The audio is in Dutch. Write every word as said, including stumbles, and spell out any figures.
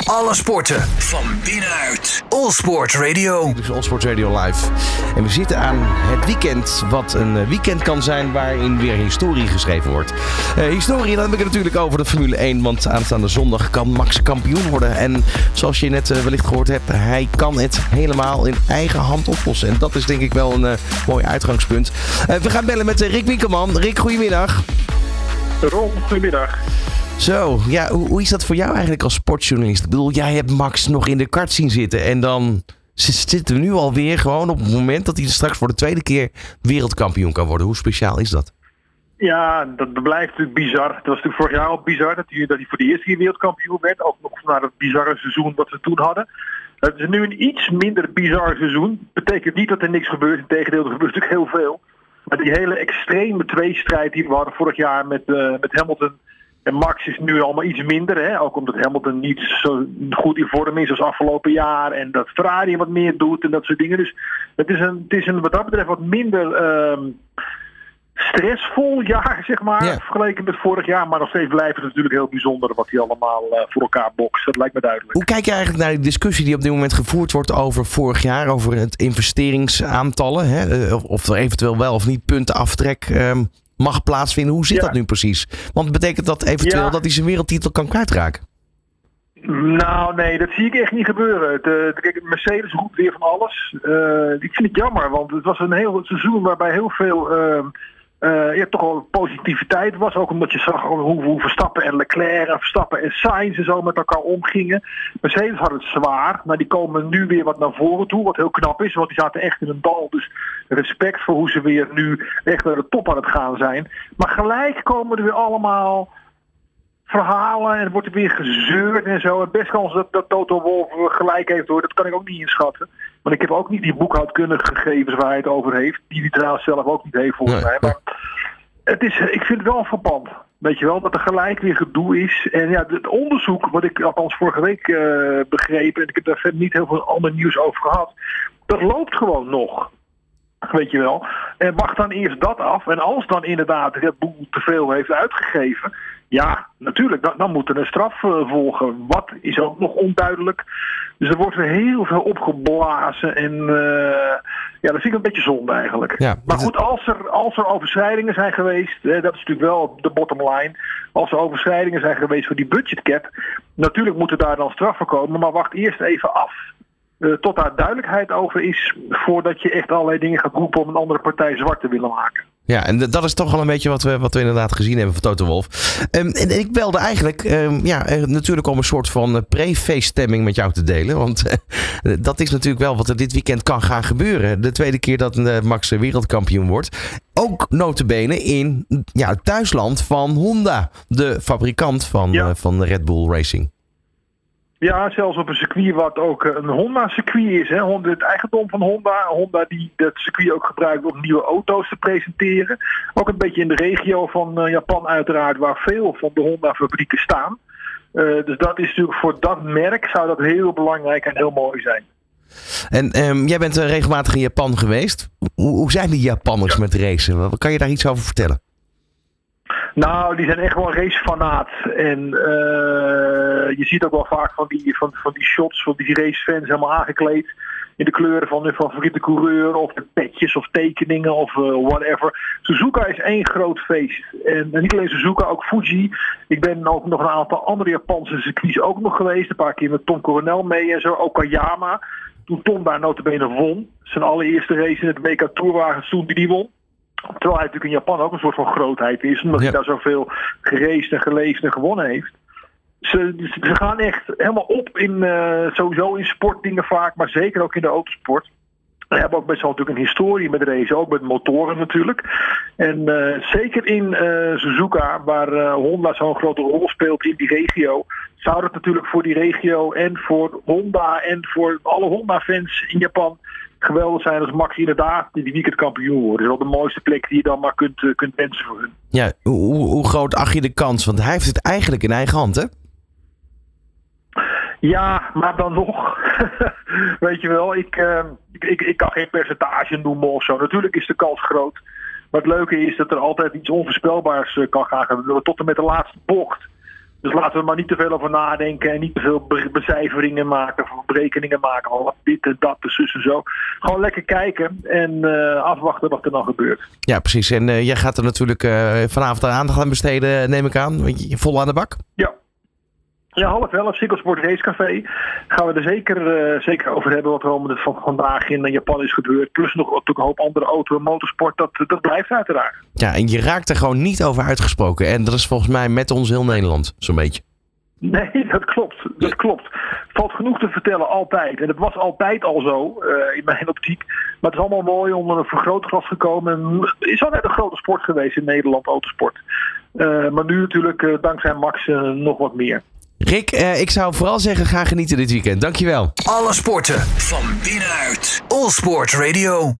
Alle sporten van binnenuit. All Sport Radio. Dus All Sport Radio Live. En we zitten aan het weekend, wat een weekend kan zijn waarin weer historie geschreven wordt. Uh, historie, dan heb ik het natuurlijk over de Formule één. Want aanstaande zondag kan Max kampioen worden. En zoals je net uh, wellicht gehoord hebt, hij kan het helemaal in eigen hand oplossen. En dat is denk ik wel een uh, mooi uitgangspunt. Uh, we gaan bellen met uh, Rick Winkelman. Rick, goedemiddag. Ron, goedemiddag. Zo, ja, hoe, hoe is dat voor jou eigenlijk als sportjournalist? Ik bedoel, jij hebt Max nog in de kart zien zitten en dan zitten we nu alweer gewoon op het moment dat hij straks voor de tweede keer wereldkampioen kan worden. Hoe speciaal is dat? Ja, dat blijft natuurlijk bizar. Het was natuurlijk vorig jaar al bizar dat hij, dat hij voor de eerste keer wereldkampioen werd. Ook nog na het bizarre seizoen wat we toen hadden. Het is nu een iets minder bizar seizoen. Betekent niet dat er niks gebeurt. Integendeel, er gebeurt natuurlijk heel veel. Maar die hele extreme tweestrijd die we hadden vorig jaar met, uh, met Hamilton en Max is nu allemaal iets minder. Hè? Ook omdat Hamilton niet zo goed in vorm is als afgelopen jaar. En dat Ferrari wat meer doet en dat soort dingen. Dus het is een, het is een wat dat betreft wat minder uh, stressvol jaar, zeg maar. Ja. Vergeleken met vorig jaar. Maar nog steeds blijft het natuurlijk heel bijzonder wat hij allemaal uh, voor elkaar bokst. Dat lijkt me duidelijk. Hoe kijk je eigenlijk naar de discussie die op dit moment gevoerd wordt over vorig jaar? Over het investeringsaantallen. Hè? Of er eventueel wel of niet puntenaftrek um, mag plaatsvinden. Hoe zit ja. dat nu precies? Want betekent dat eventueel ja. dat hij zijn wereldtitel kan kwijtraken? Nou, nee, dat zie ik echt niet gebeuren. De, de, Mercedes roept weer van alles. Uh, ik vind het jammer, want het was een heel seizoen waarbij heel veel uh, uh, ja, toch wel positiviteit was. Ook omdat je zag hoe, hoe Verstappen en Leclerc en Verstappen en Sainz en zo met elkaar omgingen. Mercedes had het zwaar, maar die komen nu weer wat naar voren toe, wat heel knap is, want die zaten echt in een dal. Dus respect voor hoe ze weer nu echt naar de top aan het gaan zijn. Maar gelijk komen er weer allemaal verhalen en er wordt er weer gezeurd en zo. Het best kans dat, dat Toto Wolff gelijk heeft hoor, dat kan ik ook niet inschatten. Want ik heb ook niet die boekhoudkundige gegevens waar hij het over heeft. Die hij trouwens zelf ook niet heeft volgens mij. Maar het is, ik vind het wel verpand. Weet je wel, dat er gelijk weer gedoe is. En ja, het onderzoek, wat ik althans vorige week uh, begreep, en ik heb daar verder niet heel veel ander nieuws over gehad, dat loopt gewoon nog. Weet je wel. En wacht dan eerst dat af. En als dan inderdaad Red Bull te veel heeft uitgegeven, ja, natuurlijk, dan, dan moet er een straf uh, volgen. Wat is ook nog onduidelijk. Dus er wordt weer heel veel opgeblazen. En uh, ja, dat vind ik een beetje zonde eigenlijk. Ja, maar goed, als er, als er overschrijdingen zijn geweest, hè, dat is natuurlijk wel de bottom line. Als er overschrijdingen zijn geweest voor die budgetcap, natuurlijk moeten daar dan straffen komen. Maar wacht eerst even af. Uh, tot daar duidelijkheid over is, voordat je echt allerlei dingen gaat roepen om een andere partij zwart te willen maken. Ja, en dat is toch wel een beetje wat we, wat we inderdaad gezien hebben van Toto Wolff. Um, en, en ik belde eigenlijk um, ja, uh, natuurlijk om een soort van uh, pre-feeststemming met jou te delen. Want uh, dat is natuurlijk wel wat er dit weekend kan gaan gebeuren. De tweede keer dat uh, Max wereldkampioen wordt. Ook nota bene in ja, het thuisland van Honda, de fabrikant van, ja. uh, van Red Bull Racing. Ja, zelfs op een circuit wat ook een Honda-circuit is. Hè. Honda, het eigendom van Honda. Honda die dat circuit ook gebruikt om nieuwe auto's te presenteren. Ook een beetje in de regio van uh, Japan uiteraard, waar veel van de Honda-fabrieken staan. Uh, dus dat is natuurlijk voor dat merk zou dat heel belangrijk en heel mooi zijn. En um, jij bent uh, regelmatig in Japan geweest. Hoe, hoe zijn die Japanners ja. met racen? Kan je daar iets over vertellen? Nou, die zijn echt wel racefanaat. En uh, je ziet ook wel vaak van die, van, van die shots van die racefans helemaal aangekleed in de kleuren van hun favoriete coureur of de petjes of tekeningen of uh, whatever. Suzuka is één groot feest. En, en niet alleen Suzuka, ook Fuji. Ik ben ook nog een aantal andere Japanse circuits ook nog geweest. Een paar keer met Tom Coronel mee en zo. Okayama. Toen Tom daar notabene won. Zijn allereerste race in het W K Tourwagens toen die die won. Terwijl hij natuurlijk in Japan ook een soort van grootheid is. Omdat ja. hij daar zoveel geraced en geleefd en gewonnen heeft. Ze, ze gaan echt helemaal op in uh, sowieso in sportdingen vaak. Maar zeker ook in de autosport. We hebben ook best wel natuurlijk een historie met racen. Ook met motoren natuurlijk. En uh, zeker in uh, Suzuka, waar uh, Honda zo'n grote rol speelt in die regio, zou dat natuurlijk voor die regio en voor Honda en voor alle Honda-fans in Japan geweldig zijn als Max inderdaad die weekendkampioen wordt. Dat is wel de mooiste plek die je dan maar kunt, uh, kunt wensen voor hun. Ja, hoe, hoe groot acht je de kans? Want hij heeft het eigenlijk in eigen hand, hè? Ja, maar dan nog. Weet je wel, ik, uh, ik, ik, ik kan geen percentage noemen of zo. Natuurlijk is de kans groot. Maar het leuke is dat er altijd iets onvoorspelbaars uh, kan gaan gebeuren. Tot en met de laatste bocht Dus laten we maar niet te veel over nadenken en niet te veel be- becijferingen maken of berekeningen maken van wat dit en dat, de zus en zo. Gewoon lekker kijken en uh, afwachten wat er dan gebeurt. Ja, precies. En uh, jij gaat er natuurlijk uh, vanavond aandacht aan besteden, neem ik aan. Je vol aan de bak? Ja. Ja, half elf, Cyclesport Racecafé. Gaan we er zeker, uh, zeker over hebben wat er van vandaag in Japan is gebeurd. Plus nog natuurlijk een hoop andere auto- en motorsport. Dat, dat blijft uiteraard. Ja, en je raakt er gewoon niet over uitgesproken. En dat is volgens mij met ons heel Nederland, zo'n beetje. Nee, dat klopt. Dat klopt. Valt genoeg te vertellen, altijd. En het was altijd al zo, uh, in mijn optiek. Maar het is allemaal mooi onder een vergrootglas gekomen. En het is al net een grote sport geweest in Nederland, autosport. Uh, maar nu natuurlijk, uh, dankzij Max, uh, nog wat meer. Rick, uh, ik zou vooral zeggen, ga genieten dit weekend. Dankjewel. Alle sporten van binnenuit. All Sport Radio.